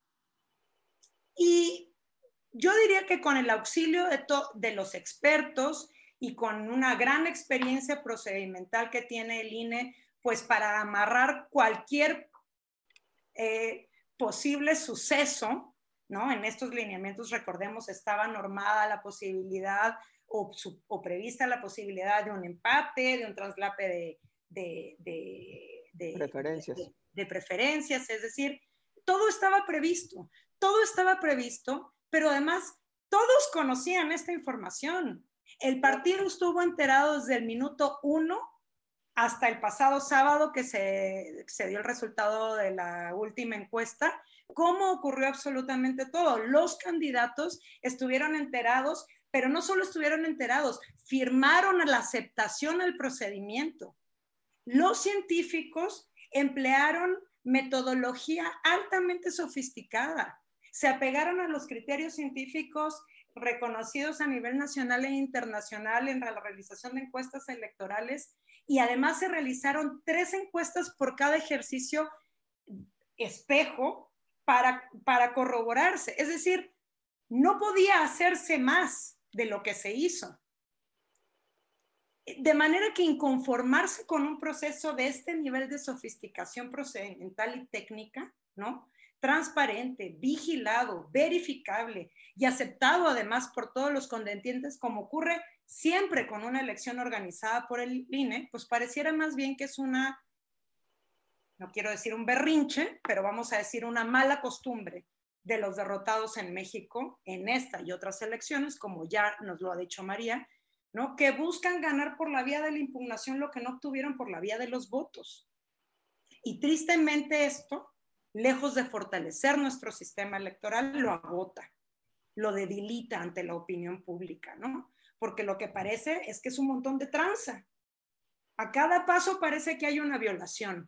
y yo diría que con el auxilio de, de los expertos y con una gran experiencia procedimental que tiene el I N E, pues para amarrar cualquier eh, posible suceso, ¿no? En estos lineamientos, recordemos, estaba normada la posibilidad o, su, o prevista la posibilidad de un empate, de un traslape de, de, de, de, preferencias. de, de preferencias, es decir, todo estaba previsto, todo estaba previsto, pero además todos conocían esta información. El partido estuvo enterado desde el minuto uno hasta el pasado sábado que se, se dio el resultado de la última encuesta, cómo ocurrió absolutamente todo. Los candidatos estuvieron enterados, pero no solo estuvieron enterados, firmaron la aceptación al procedimiento. Los científicos emplearon metodología altamente sofisticada, se apegaron a los criterios científicos reconocidos a nivel nacional e internacional en la realización de encuestas electorales, y además se realizaron tres encuestas por cada ejercicio espejo para, para corroborarse. Es decir, no podía hacerse más de lo que se hizo. De manera que inconformarse con un proceso de este nivel de sofisticación procedimental y técnica, ¿no? Transparente, vigilado, verificable y aceptado además por todos los contendientes, como ocurre siempre con una elección organizada por el I N E, pues pareciera más bien que es una no quiero decir un berrinche, pero vamos a decir una mala costumbre de los derrotados en México en esta y otras elecciones, como ya nos lo ha dicho María, ¿no? Que buscan ganar por la vía de la impugnación lo que no obtuvieron por la vía de los votos. Y tristemente esto, lejos de fortalecer nuestro sistema electoral, lo agota, lo debilita ante la opinión pública, ¿no? Porque lo que parece es que es un montón de tranza. A cada paso parece que hay una violación,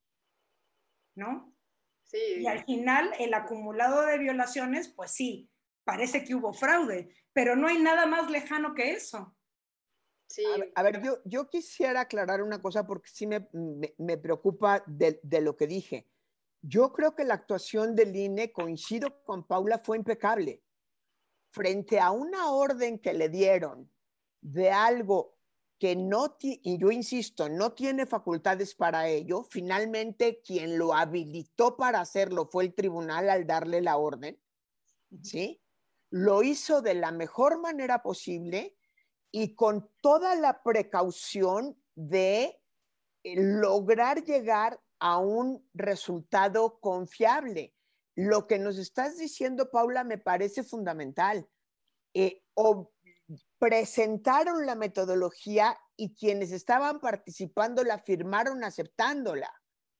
¿no? Sí. Y al final, el acumulado de violaciones, pues sí, parece que hubo fraude, pero no hay nada más lejano que eso. Sí. A ver, a ver yo, yo quisiera aclarar una cosa porque sí me, me, me preocupa de, de lo que dije. Yo creo que la actuación del I N E, coincido con Paula, fue impecable. Frente a una orden que le dieron de algo que no, y yo insisto, no tiene facultades para ello, finalmente quien lo habilitó para hacerlo fue el tribunal al darle la orden, ¿sí? Lo hizo de la mejor manera posible y con toda la precaución de lograr llegar a un resultado confiable. Lo que nos estás diciendo, Paula, me parece fundamental. Eh, o presentaron la metodología y quienes estaban participando la firmaron aceptándola.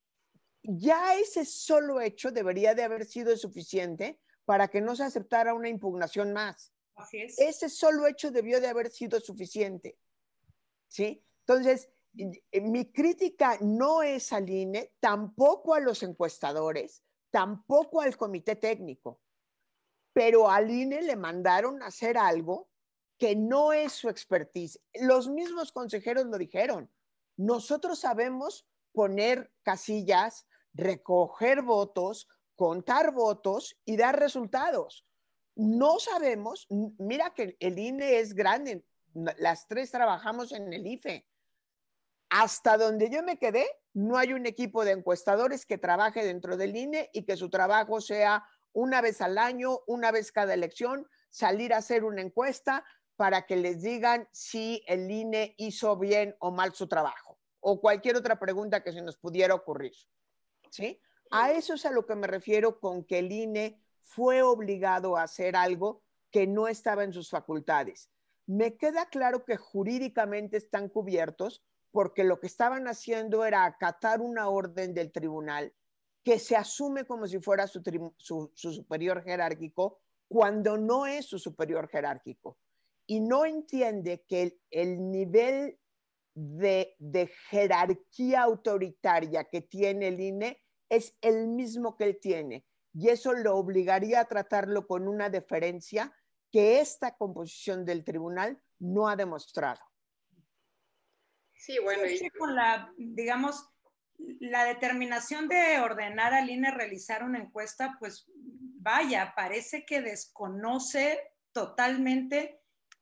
Ya ese solo hecho debería de haber sido suficiente para que no se aceptara una impugnación más. Así es. Ese solo hecho debió de haber sido suficiente, ¿sí? Entonces, mi crítica no es al I N E, tampoco a los encuestadores, tampoco al comité técnico, pero al I N E le mandaron a hacer algo que no es su expertise. Los mismos consejeros lo dijeron. Nosotros sabemos poner casillas, recoger votos, contar votos y dar resultados. No sabemos, mira que el I N E es grande, las tres trabajamos en el I F E. Hasta donde yo me quedé, no hay un equipo de encuestadores que trabaje dentro del I N E y que su trabajo sea una vez al año, una vez cada elección, salir a hacer una encuesta para que les digan si el I N E hizo bien o mal su trabajo, o cualquier otra pregunta que se nos pudiera ocurrir, ¿sí? A eso es a lo que me refiero con que el I N E fue obligado a hacer algo que no estaba en sus facultades. Me queda claro que jurídicamente están cubiertos porque lo que estaban haciendo era acatar una orden del tribunal que se asume como si fuera su, su, su superior jerárquico cuando no es su superior jerárquico. Y no entiende que el, el nivel de, de jerarquía autoritaria que tiene el I N E es el mismo que él tiene. Y eso lo obligaría a tratarlo con una deferencia que esta composición del tribunal no ha demostrado. Sí, bueno. Sí, y... con la, digamos, la determinación de ordenar al I N E realizar una encuesta, pues vaya, parece que desconoce totalmente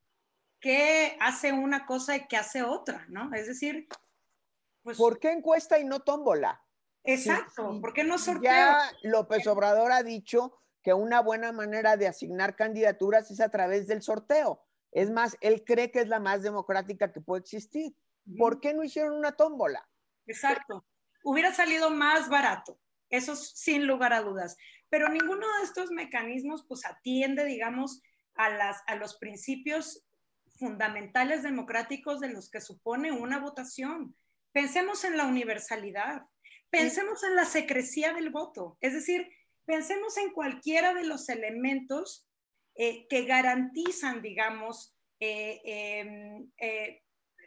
qué hace una cosa y qué hace otra, ¿no? Es decir, pues... ¿Por qué encuesta y no tómbola? Exacto, sí, ¿por qué no sorteo? Ya López Obrador ha dicho que una buena manera de asignar candidaturas es a través del sorteo. Es más, él cree que es la más democrática que puede existir. ¿Por qué no hicieron una tómbola? Exacto. Hubiera salido más barato, eso sin lugar a dudas. Pero ninguno de estos mecanismos pues atiende, digamos, a, las, a los principios fundamentales democráticos de los que supone una votación. Pensemos en la universalidad, pensemos en la secrecía del voto, es decir, pensemos en cualquiera de los elementos eh, que garantizan, digamos, eh, eh, eh,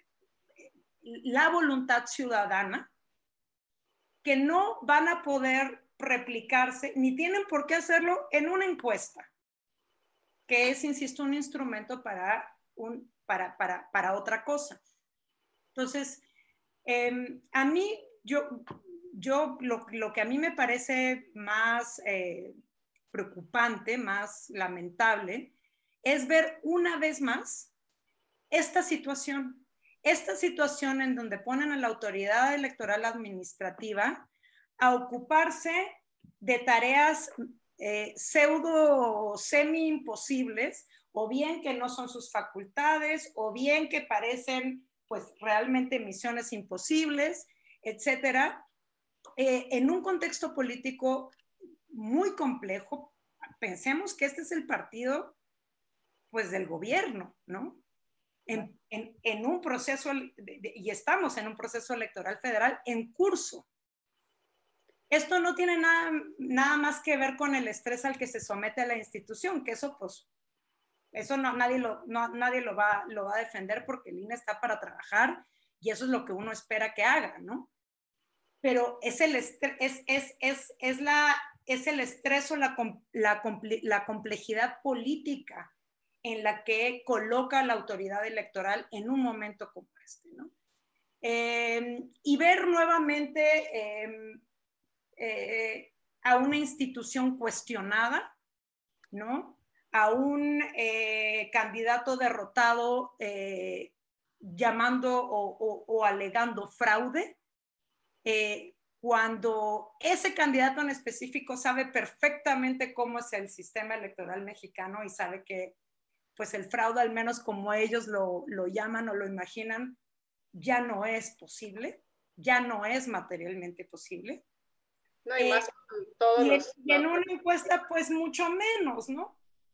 la voluntad ciudadana, que no van a poder replicarse, ni tienen por qué hacerlo en una encuesta, que es, insisto, un instrumento para, un, para, para, para otra cosa. Entonces, eh, a mí, yo, yo lo, lo que a mí me parece más eh, preocupante, más lamentable, es ver una vez más esta situación. Esta situación en donde ponen a la autoridad electoral administrativa a ocuparse de tareas eh, pseudo o semi imposibles, o bien que no son sus facultades, o bien que parecen pues realmente misiones imposibles, etcétera, eh, en un contexto político muy complejo, pensemos que este es el partido, pues, del gobierno, ¿no? En, en, en un proceso, de, de, y estamos en un proceso electoral federal en curso. Esto no tiene nada, nada más que ver con el estrés al que se somete a la institución, que eso, pues, eso no, nadie, lo, no, nadie lo, va, lo va a defender porque el I N E está para trabajar y eso es lo que uno espera que haga, ¿no? Pero es el, estrés, es, es, es, es, la, es el estrés o la, la, la complejidad política en la que coloca la autoridad electoral en un momento como este, ¿no? Eh, y ver nuevamente eh, eh, a una institución cuestionada, ¿no? A un eh, candidato derrotado eh, llamando o, o, o alegando fraude, eh, cuando ese candidato en específico sabe perfectamente cómo es el sistema electoral mexicano y sabe que pues el fraude, al menos como ellos lo, lo llaman o lo imaginan, ya no es posible, ya no es materialmente posible. No, y eh, más todos y, los, y en una encuesta, pues mucho menos, ¿no?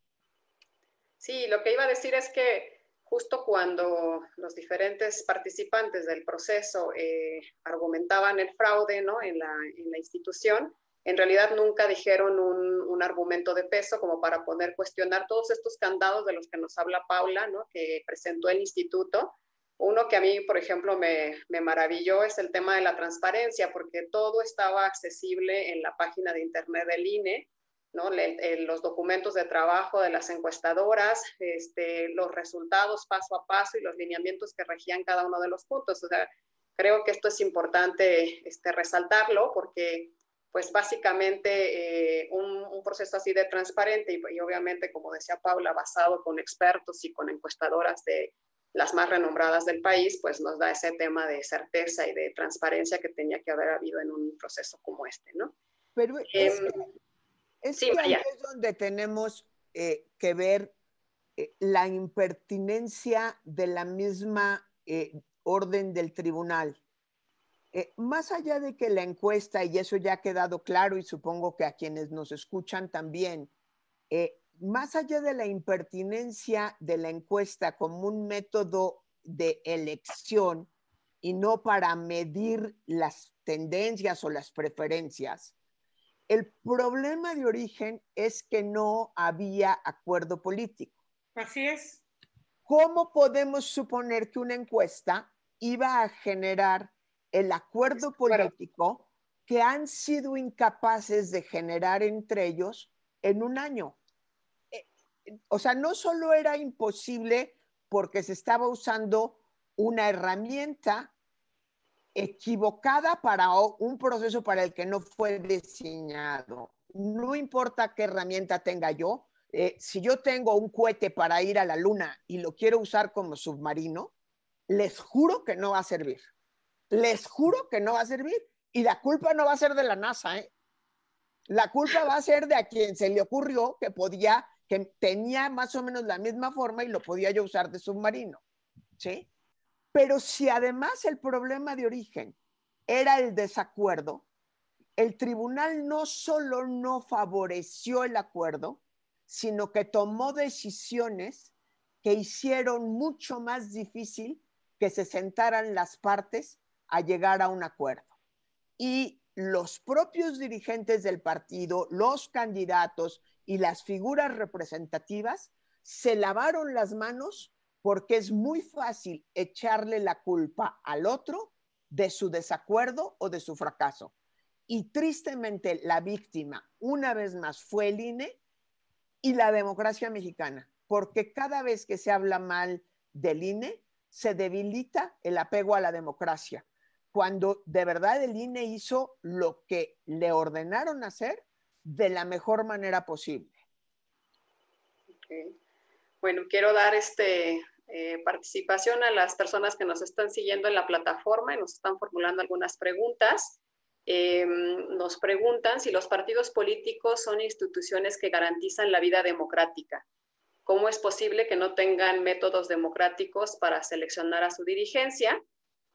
Sí, lo que iba a decir es que justo cuando los diferentes participantes del proceso eh, argumentaban el fraude, ¿no? en, la, en la institución, en realidad nunca dijeron un, un argumento de peso como para poder cuestionar todos estos candados de los que nos habla Paula, ¿no? que presentó el instituto. Uno que a mí, por ejemplo, me, me maravilló es el tema de la transparencia, porque todo estaba accesible en la página de internet del I N E, ¿no? Le, eh, los documentos de trabajo de las encuestadoras, este, los resultados paso a paso y los lineamientos que regían cada uno de los puntos. O sea, creo que esto es importante este, resaltarlo porque pues básicamente eh, un, un proceso así de transparente y, y obviamente, como decía Paula, basado con expertos y con encuestadoras de las más renombradas del país, pues nos da ese tema de certeza y de transparencia que tenía que haber habido en un proceso como este, ¿no? Pero eh, es que, es sí, que ahí Maya. es donde tenemos eh, que ver eh, la impertinencia de la misma eh, orden del tribunal. Eh, más allá de que la encuesta, y eso ya ha quedado claro y supongo que a quienes nos escuchan también, eh, más allá de la impertinencia de la encuesta como un método de elección y no para medir las tendencias o las preferencias, el problema de origen es que no había acuerdo político. Así es. ¿Cómo podemos suponer que una encuesta iba a generar el acuerdo político que han sido incapaces de generar entre ellos en un año? O sea, no solo era imposible porque se estaba usando una herramienta equivocada para un proceso para el que no fue diseñado. No importa qué herramienta tenga yo, eh, si yo tengo un cohete para ir a la luna y lo quiero usar como submarino, les juro que no va a servir. Les juro que no va a servir. Y la culpa no va a ser de la NASA, ¿eh? La culpa va a ser de a quien se le ocurrió que podía, que tenía más o menos la misma forma y lo podía yo usar de submarino, ¿sí? Pero si además el problema de origen era el desacuerdo, el tribunal no solo no favoreció el acuerdo, sino que tomó decisiones que hicieron mucho más difícil que se sentaran las partes a llegar a un acuerdo. Y los propios dirigentes del partido, los candidatos y las figuras representativas se lavaron las manos porque es muy fácil echarle la culpa al otro de su desacuerdo o de su fracaso. Y tristemente la víctima, una vez más, fue el I N E y la democracia mexicana, porque cada vez que se habla mal del I N E, se debilita el apego a la democracia, cuando de verdad el I N E hizo lo que le ordenaron hacer de la mejor manera posible. Okay. Bueno, quiero dar este, eh, participación a las personas que nos están siguiendo en la plataforma y nos están formulando algunas preguntas. Eh, nos preguntan si los partidos políticos son instituciones que garantizan la vida democrática. ¿Cómo es posible que no tengan métodos democráticos para seleccionar a su dirigencia?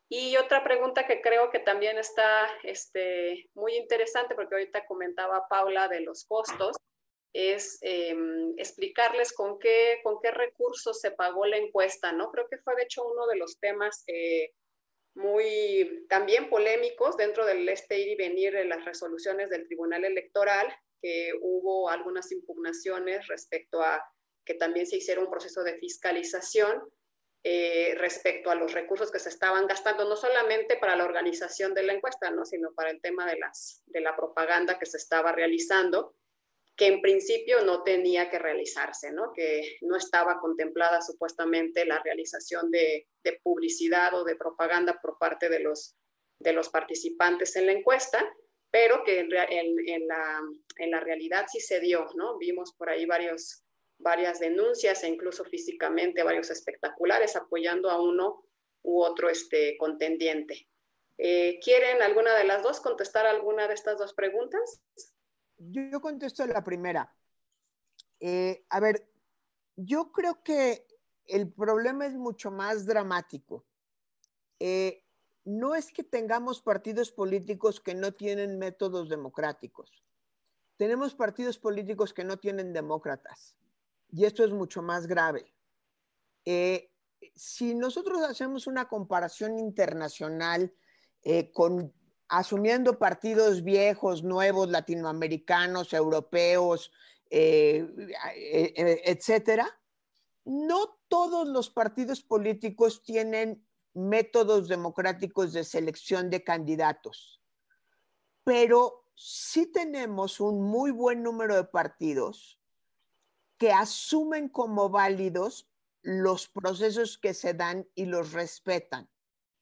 Y otra pregunta que creo que también está este, muy interesante, porque ahorita comentaba Paula de los costos, es eh, explicarles con qué, con qué recursos se pagó la encuesta, ¿no? Creo que fue de hecho uno de los temas eh, muy también polémicos dentro del este ir y venir de las resoluciones del Tribunal Electoral, que hubo algunas impugnaciones respecto a que también se hiciera un proceso de fiscalización eh, respecto a los recursos que se estaban gastando, no solamente para la organización de la encuesta, ¿no? Sino para el tema de, las, de la propaganda que se estaba realizando, que en principio no tenía que realizarse, ¿no? Que no estaba contemplada supuestamente la realización de, de publicidad o de propaganda por parte de los, de los participantes en la encuesta, pero que en, en, en, la, en la realidad sí se dio, ¿no? Vimos por ahí varios, varias denuncias e incluso físicamente varios espectaculares apoyando a uno u otro este, contendiente. Eh, ¿Quieren alguna de las dos contestar alguna de estas dos preguntas? Yo contesto la primera. Eh, a ver, yo creo que el problema es mucho más dramático. Eh, no es que tengamos partidos políticos que no tienen métodos democráticos. Tenemos partidos políticos que no tienen demócratas. Y esto es mucho más grave. Eh, si nosotros hacemos una comparación internacional eh, con asumiendo partidos viejos, nuevos, latinoamericanos, europeos, eh, eh, etcétera, no todos los partidos políticos tienen métodos democráticos de selección de candidatos, pero sí tenemos un muy buen número de partidos que asumen como válidos los procesos que se dan y los respetan.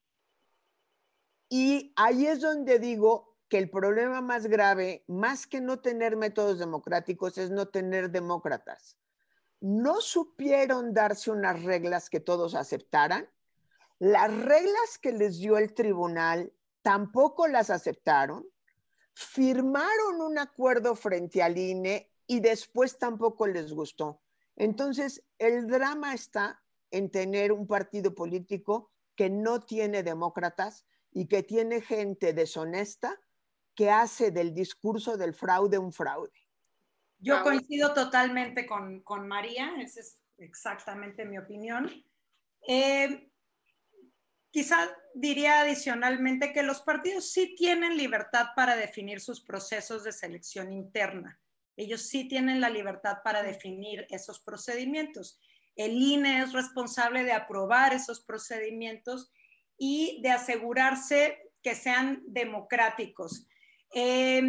Y ahí es donde digo que el problema más grave, más que no tener métodos democráticos, es no tener demócratas. No supieron darse unas reglas que todos aceptaran. Las reglas que les dio el tribunal tampoco las aceptaron. Firmaron un acuerdo frente al I N E y después tampoco les gustó. Entonces, el drama está en tener un partido político que no tiene demócratas y que tiene gente deshonesta que hace del discurso del fraude un fraude. Yo coincido totalmente con, con María, esa es exactamente mi opinión. Eh, quizá diría adicionalmente que los partidos sí tienen libertad para definir sus procesos de selección interna. Ellos sí tienen la libertad para definir esos procedimientos. El I N E es responsable de aprobar esos procedimientos y de asegurarse que sean democráticos. Eh,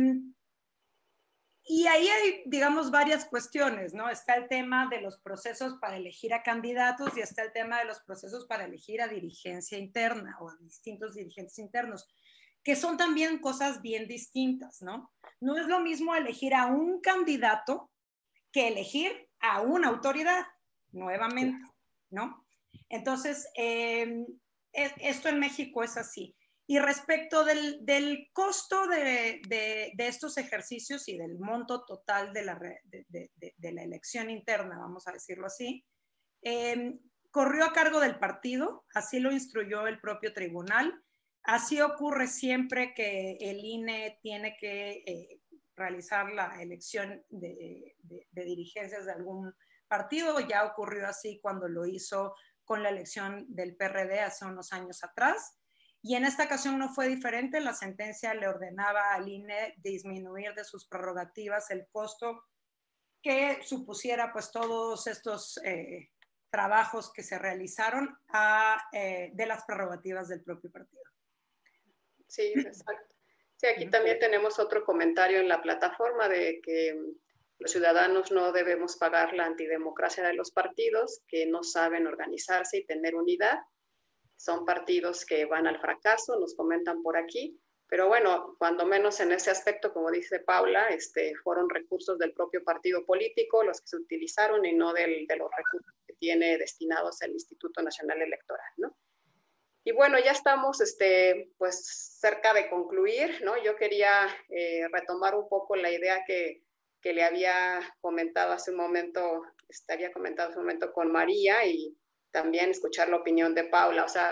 y ahí hay, digamos, varias cuestiones, ¿no? Está el tema de los procesos para elegir a candidatos y está el tema de los procesos para elegir a dirigencia interna o a distintos dirigentes internos, que son también cosas bien distintas, ¿no? No es lo mismo elegir a un candidato que elegir a una autoridad, nuevamente, ¿no? Entonces, eh, esto en México es así. Y respecto del, del costo de, de, de estos ejercicios y del monto total de la, de, de, de la elección interna, vamos a decirlo así, eh, corrió a cargo del partido, así lo instruyó el propio tribunal. Así ocurre siempre que el I N E tiene que eh, realizar la elección de, de, de dirigencias de algún partido. Ya ocurrió así cuando lo hizo con la elección del P R D hace unos años atrás. Y en esta ocasión no fue diferente. La sentencia le ordenaba al I N E disminuir de sus prerrogativas el costo que supusiera pues todos estos eh, trabajos que se realizaron a, eh, de las prerrogativas del propio partido. Sí, exacto. Sí, aquí también tenemos otro comentario en la plataforma de que los ciudadanos no debemos pagar la antidemocracia de los partidos que no saben organizarse y tener unidad. Son partidos que van al fracaso, nos comentan por aquí, pero bueno, cuando menos en ese aspecto, como dice Paula, este, fueron recursos del propio partido político los que se utilizaron y no del, de los recursos que tiene destinados el Instituto Nacional Electoral, ¿no? Y bueno, ya estamos este, pues, cerca de concluir, ¿no? Yo quería eh, retomar un poco la idea que, que le había comentado hace un momento, este, había comentado hace un momento con María y también escuchar la opinión de Paula. O sea,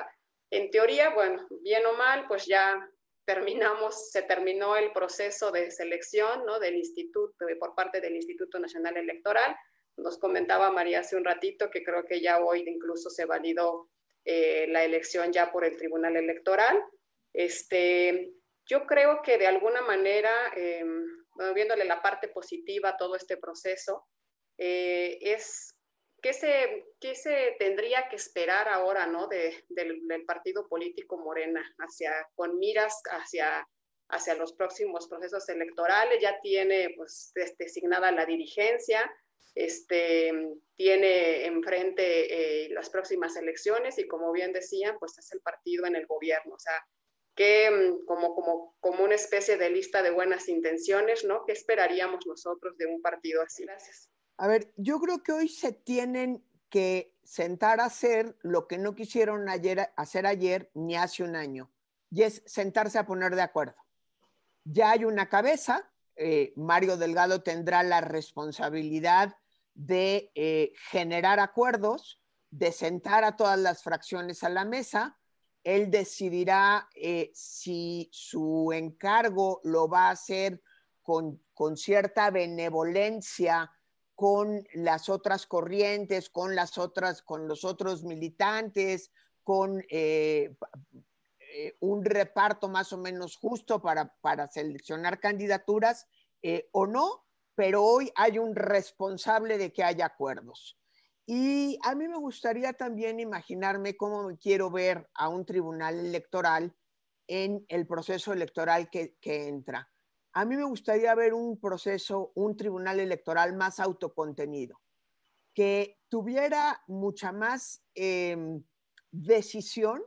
En teoría, bueno, bien o mal, pues ya terminamos, se terminó el proceso de selección, ¿no? Del instituto, por parte del Instituto Nacional Electoral. Nos comentaba María hace un ratito que creo que ya hoy incluso se validó eh, la elección ya por el Tribunal Electoral. Este, yo creo que de alguna manera, eh, bueno, viéndole la parte positiva a todo este proceso, eh, es ¿qué se, qué se tendría que esperar ahora, ¿no? de, del, del partido político Morena, hacia, con miras hacia, hacia los próximos procesos electorales? Ya tiene pues designada la dirigencia, este, tiene enfrente eh, las próximas elecciones y, como bien decían, pues es el partido en el gobierno. O sea, que como, como, como una especie de lista de buenas intenciones, ¿no? ¿Qué esperaríamos nosotros de un partido así? Gracias. A ver, yo creo que hoy se tienen que sentar a hacer lo que no quisieron ayer, hacer ayer ni hace un año, y es sentarse a poner de acuerdo. Ya hay una cabeza, eh, Mario Delgado tendrá la responsabilidad de eh, generar acuerdos, de sentar a todas las fracciones a la mesa. Él decidirá eh, si su encargo lo va a hacer con, con cierta benevolencia con las otras corrientes, con las otras, con los otros militantes, con eh, eh, un reparto más o menos justo para, para seleccionar candidaturas eh, o no, pero hoy hay un responsable de que haya acuerdos. Y a mí me gustaría también imaginarme cómo quiero ver a un tribunal electoral en el proceso electoral que, que entra. A mí me gustaría ver un proceso, un tribunal electoral más autocontenido, que tuviera mucha más eh, decisión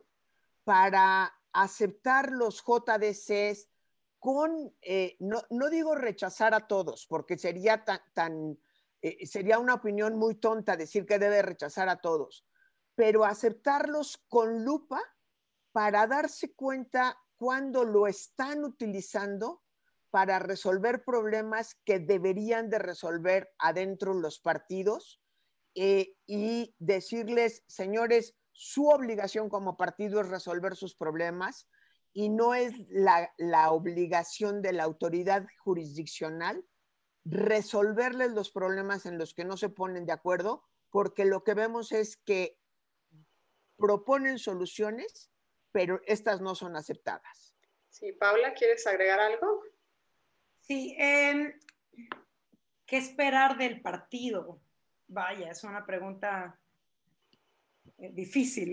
para aceptar los J D Cs con, eh, no, no digo rechazar a todos, porque sería tan, tan eh, sería una opinión muy tonta decir que debe rechazar a todos, pero aceptarlos con lupa para darse cuenta cuando lo están utilizando para resolver problemas que deberían de resolver adentro los partidos eh, y decirles, señores, su obligación como partido es resolver sus problemas y no es la, la obligación de la autoridad jurisdiccional resolverles los problemas en los que no se ponen de acuerdo, porque lo que vemos es que proponen soluciones, pero estas no son aceptadas. Sí, Paula, ¿quieres agregar algo? Sí, eh, ¿qué esperar del partido? Vaya, es una pregunta eh, difícil.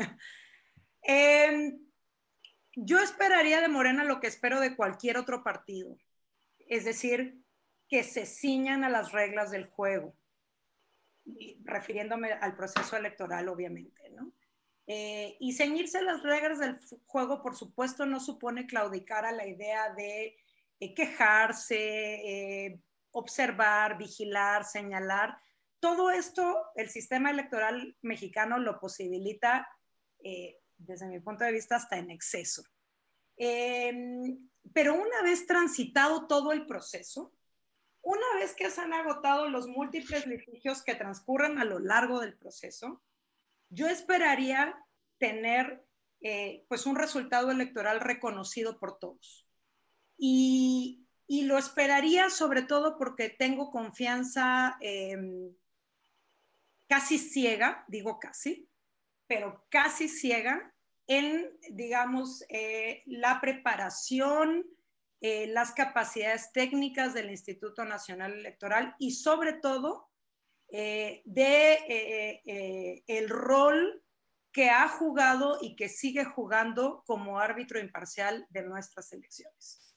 eh, yo esperaría de Morena lo que espero de cualquier otro partido, es decir, que se ciñan a las reglas del juego, y refiriéndome al proceso electoral, obviamente, ¿no? Eh, y ceñirse a las reglas del juego, por supuesto, no supone claudicar a la idea de eh, quejarse, eh, observar, vigilar, señalar. Todo esto, el sistema electoral mexicano lo posibilita, eh, desde mi punto de vista, hasta en exceso. Eh, pero una vez transitado todo el proceso, una vez que se han agotado los múltiples litigios que transcurren a lo largo del proceso, yo esperaría tener eh, pues un resultado electoral reconocido por todos. Y, y lo esperaría sobre todo porque tengo confianza eh, casi ciega, digo casi, pero casi ciega en, digamos, eh, la preparación, eh, las capacidades técnicas del Instituto Nacional Electoral y sobre todo eh, de eh, eh, el rol que ha jugado y que sigue jugando como árbitro imparcial de nuestras elecciones.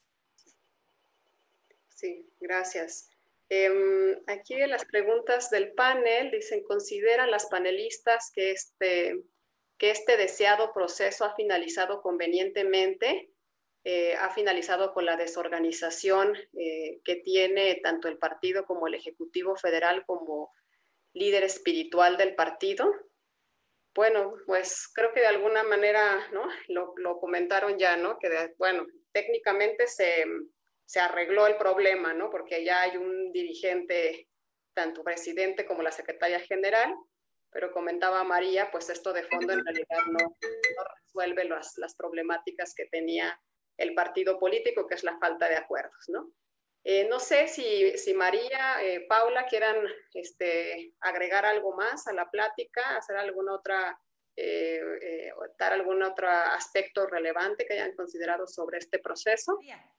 Sí, gracias. Eh, aquí de las preguntas del panel, dicen, ¿consideran las panelistas que este, que este deseado proceso ha finalizado convenientemente? Eh, ha finalizado con la desorganización eh, que tiene tanto el partido como el Ejecutivo Federal como líder espiritual del partido. Bueno, pues creo que de alguna manera, ¿no? Lo, lo comentaron ya, ¿no? Que, de, bueno, técnicamente se, se arregló el problema, ¿no? Porque ya hay un dirigente, tanto presidente como la secretaria general, pero comentaba María, pues esto de fondo en realidad no, no resuelve las, las problemáticas que tenía el partido político, que es la falta de acuerdos, ¿no? Eh, no sé si, si María, eh, Paula quieran este, agregar algo más a la plática, hacer alguna otra, eh, eh, dar algún otro aspecto relevante que hayan considerado sobre este proceso.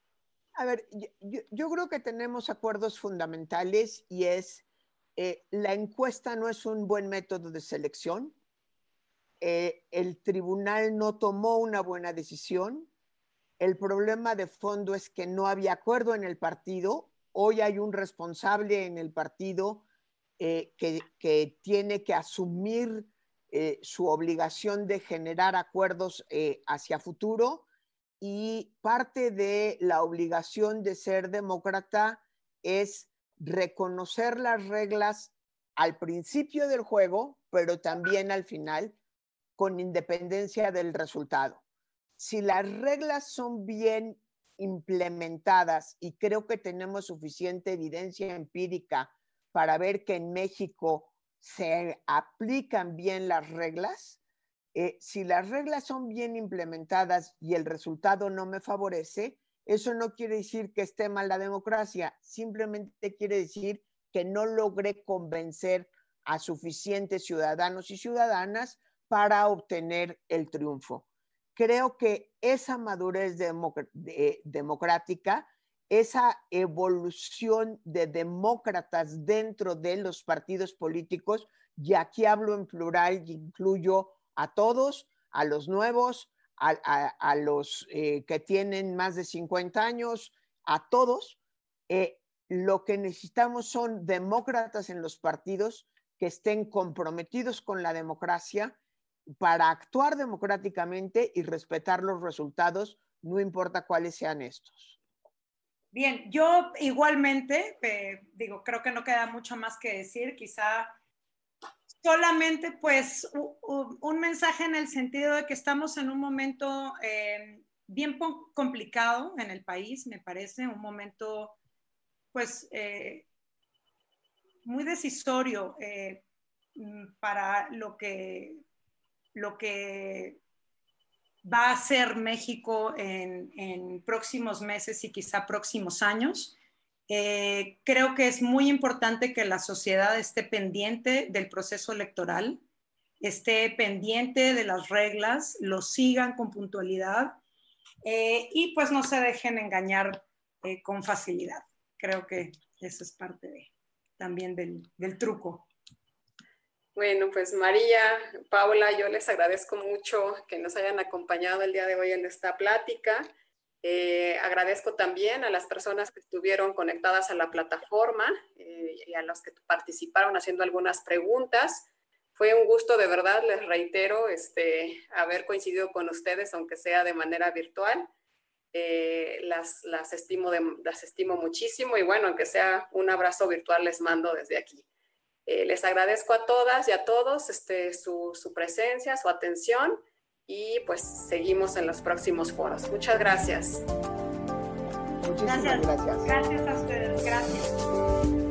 A ver, yo, yo creo que tenemos acuerdos fundamentales y es, eh, la encuesta no es un buen método de selección, eh, el tribunal no tomó una buena decisión. El problema de fondo es que no había acuerdo en el partido. Hoy hay un responsable en el partido eh, que, que tiene que asumir eh, su obligación de generar acuerdos eh, hacia futuro, y parte de la obligación de ser demócrata es reconocer las reglas al principio del juego, pero también al final, con independencia del resultado. Si las reglas son bien implementadas, y creo que tenemos suficiente evidencia empírica para ver que en México se aplican bien las reglas, eh, si las reglas son bien implementadas y el resultado no me favorece, eso no quiere decir que esté mal la democracia, simplemente quiere decir que no logré convencer a suficientes ciudadanos y ciudadanas para obtener el triunfo. Creo que esa madurez democ- de, democrática, esa evolución de demócratas dentro de los partidos políticos, y aquí hablo en plural y incluyo a todos, a los nuevos, a, a, a los eh, que tienen más de cincuenta años, a todos, eh, lo que necesitamos son demócratas en los partidos que estén comprometidos con la democracia, para actuar democráticamente y respetar los resultados, no importa cuáles sean estos. Bien, yo igualmente, eh, digo, creo que no queda mucho más que decir, quizá solamente pues un, un mensaje en el sentido de que estamos en un momento eh, bien complicado en el país, me parece, un momento pues eh, muy decisorio eh, para lo que lo que va a ser México en, en próximos meses y quizá próximos años. Eh, creo que es muy importante que la sociedad esté pendiente del proceso electoral, esté pendiente de las reglas, lo sigan con puntualidad eh, y pues no se dejen engañar eh, con facilidad. Creo que eso es parte de, también del, del truco. Bueno, pues María, Paula, yo les agradezco mucho que nos hayan acompañado el día de hoy en esta plática. Eh, agradezco también a las personas que estuvieron conectadas a la plataforma eh, y a los que participaron haciendo algunas preguntas. Fue un gusto, de verdad, les reitero, este, haber coincidido con ustedes, aunque sea de manera virtual. Eh, las, las, estimo de, las estimo muchísimo y bueno, aunque sea un abrazo virtual, les mando desde aquí. Eh, les agradezco a todas y a todos este, su, su presencia, su atención y pues seguimos en los próximos foros. Muchas gracias. Muchísimas gracias. Gracias a ustedes. Gracias.